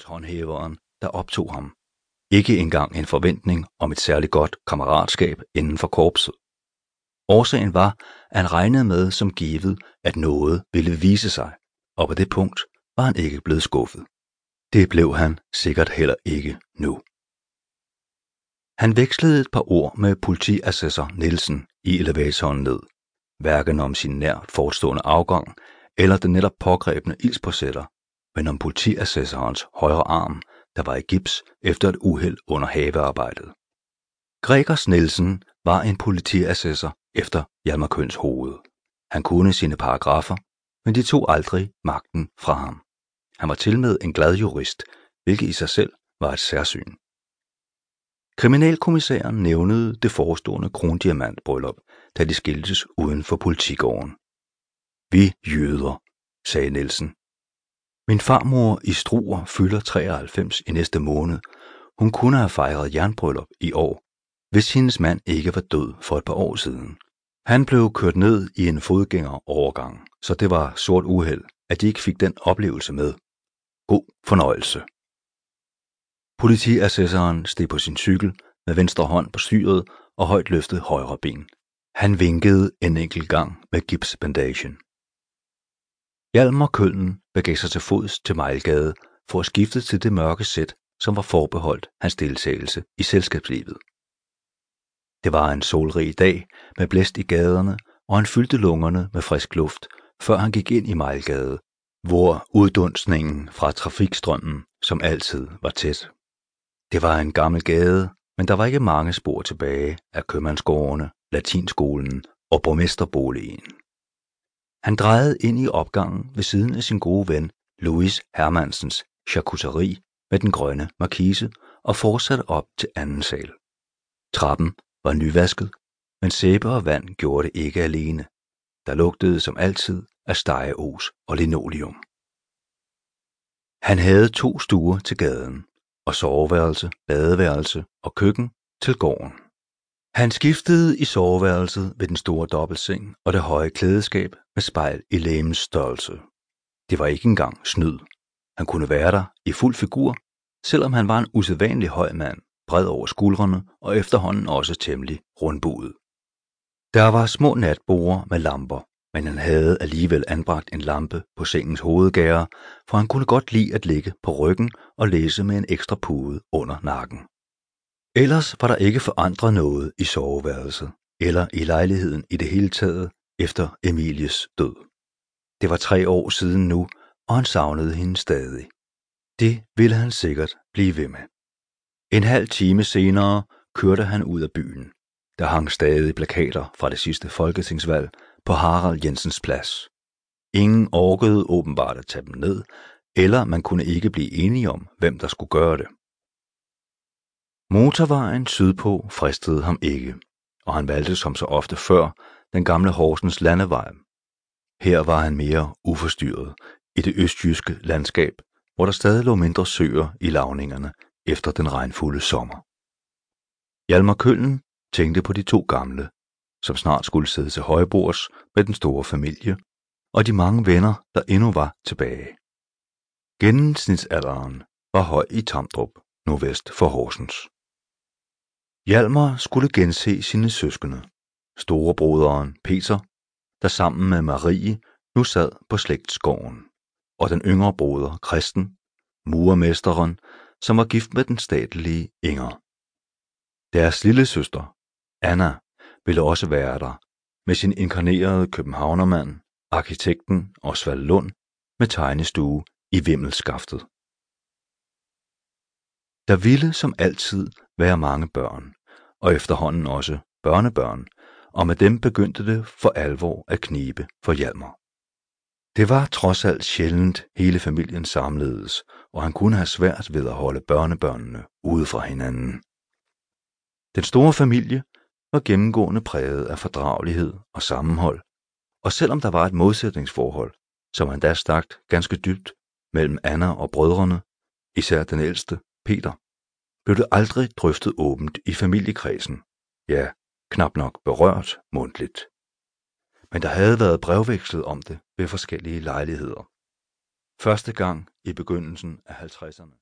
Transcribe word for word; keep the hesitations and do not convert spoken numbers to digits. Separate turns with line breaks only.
våbenhåndhæveren, der optog ham. Ikke engang en forventning om et særligt godt kammeratskab inden for korpset. Årsagen var, at han regnede med som givet, at noget ville vise sig, og på det punkt var han ikke blevet skuffet. Det blev han sikkert heller ikke nu. Han vekslede et par ord med politiassessor Nielsen i elevatoren ned, hverken om sin nær forestående afgang eller den netop pågrebne ildspåsætter, men om politiassessorens højre arm, der var i gips efter et uheld under havearbejdet. Gregers Nielsen var en politiassessor efter Hjalmar Køns hoved. Han kunne sine paragrafer, men de tog aldrig magten fra ham. Han var tilmed en glad jurist, hvilket i sig selv var et særsyn. Kriminalkommissæren nævnede det forestående krondiamantbryllup, da de skiltes uden for politigården. Vi jøder, sagde Nielsen. Min farmor i Struer fylder treoghalvfems i næste måned. Hun kunne have fejret jernbryllup i år, hvis hendes mand ikke var død for et par år siden. Han blev kørt ned i en fodgængerovergang, så det var sort uheld, at de ikke fik den oplevelse med. God fornøjelse. Politiassessoren steg på sin cykel med venstre hånd på styret og højt løftet højre ben. Han vinkede en enkelt gang med gipsbandagen. Hjalmar Køln begav sig til fods til Mejlgade for at skifte til det mørke sæt, som var forbeholdt hans deltagelse i selskabslivet. Det var en solrig dag med blæst i gaderne, og han fyldte lungerne med frisk luft, før han gik ind i Mejlgade, hvor uddunstningen fra trafikstrømmen som altid var tæt. Det var en gammel gade, men der var ikke mange spor tilbage af købmandsgårdene, latinskolen og borgmesterboligen. Han drejede ind i opgangen ved siden af sin gode ven Louis Hermansens charcuterie med den grønne markise og fortsatte op til anden sal. Trappen var nyvasket, men sæbe og vand gjorde det ikke alene. Der lugtede som altid af stegeos og linoleum. Han havde to stuer til gaden, og soveværelse, badeværelse og køkken til gården. Han skiftede i soveværelset ved den store dobbeltseng og det høje klædeskab med spejl i legemets størrelse. Det var ikke engang snyd. Han kunne være der i fuld figur, selvom han var en usædvanlig høj mand, bred over skuldrene og efterhånden også temmelig rundbuet. Der var små natborde med lamper, men han havde alligevel anbragt en lampe på sengens hovedgære, for han kunne godt lide at ligge på ryggen og læse med en ekstra pude under nakken. Ellers var der ikke forandret noget i soveværelset, eller i lejligheden i det hele taget efter Emilies død. Det var tre år siden nu, og han savnede hende stadig. Det ville han sikkert blive ved med. En halv time senere kørte han ud af byen. Der hang stadig plakater fra det sidste folketingsvalg på Harald Jensens plads. Ingen orkede åbenbart at tage dem ned, eller man kunne ikke blive enige om, hvem der skulle gøre det. Motorvejen sydpå fristede ham ikke, og han valgte som så ofte før den gamle Horsens landevej. Her var han mere uforstyrret i det østjyske landskab, hvor der stadig lå mindre søer i lavningerne efter den regnfulde sommer. Hjalmar Køln tænkte på de to gamle, som snart skulle sidde til højbords med den store familie, og de mange venner, der endnu var tilbage. Gennemsnitsalderen var høj i Tamdrup, nordvest for Horsens. Hjalmar skulle gense sine søskende, storebroderen Peter, der sammen med Marie nu sad på slægtsgården, og den yngre broder Christen, murermesteren, som var gift med den statelige Inger. Deres lille søster, Anna, ville også være der, med sin inkarnerede københavnermand, arkitekten Osvald Lund, med tegnestue i Vimmelskaftet. Der ville som altid være mange børn, og efterhånden også børnebørn, og med dem begyndte det for alvor at knibe for Hjalmar. Det var trods alt sjældent hele familien samledes, og han kunne have svært ved at holde børnebørnene ude fra hinanden. Den store familie var gennemgående præget af fordragelighed og sammenhold, og selvom der var et modsætningsforhold, som han da stak ganske dybt mellem Anna og brødrene, især den ældste, Peter, blev det aldrig drøftet åbent i familiekredsen, ja, knap nok berørt mundtligt. Men der havde været brevvekslet om det ved forskellige lejligheder. Første gang i begyndelsen af halvtredserne.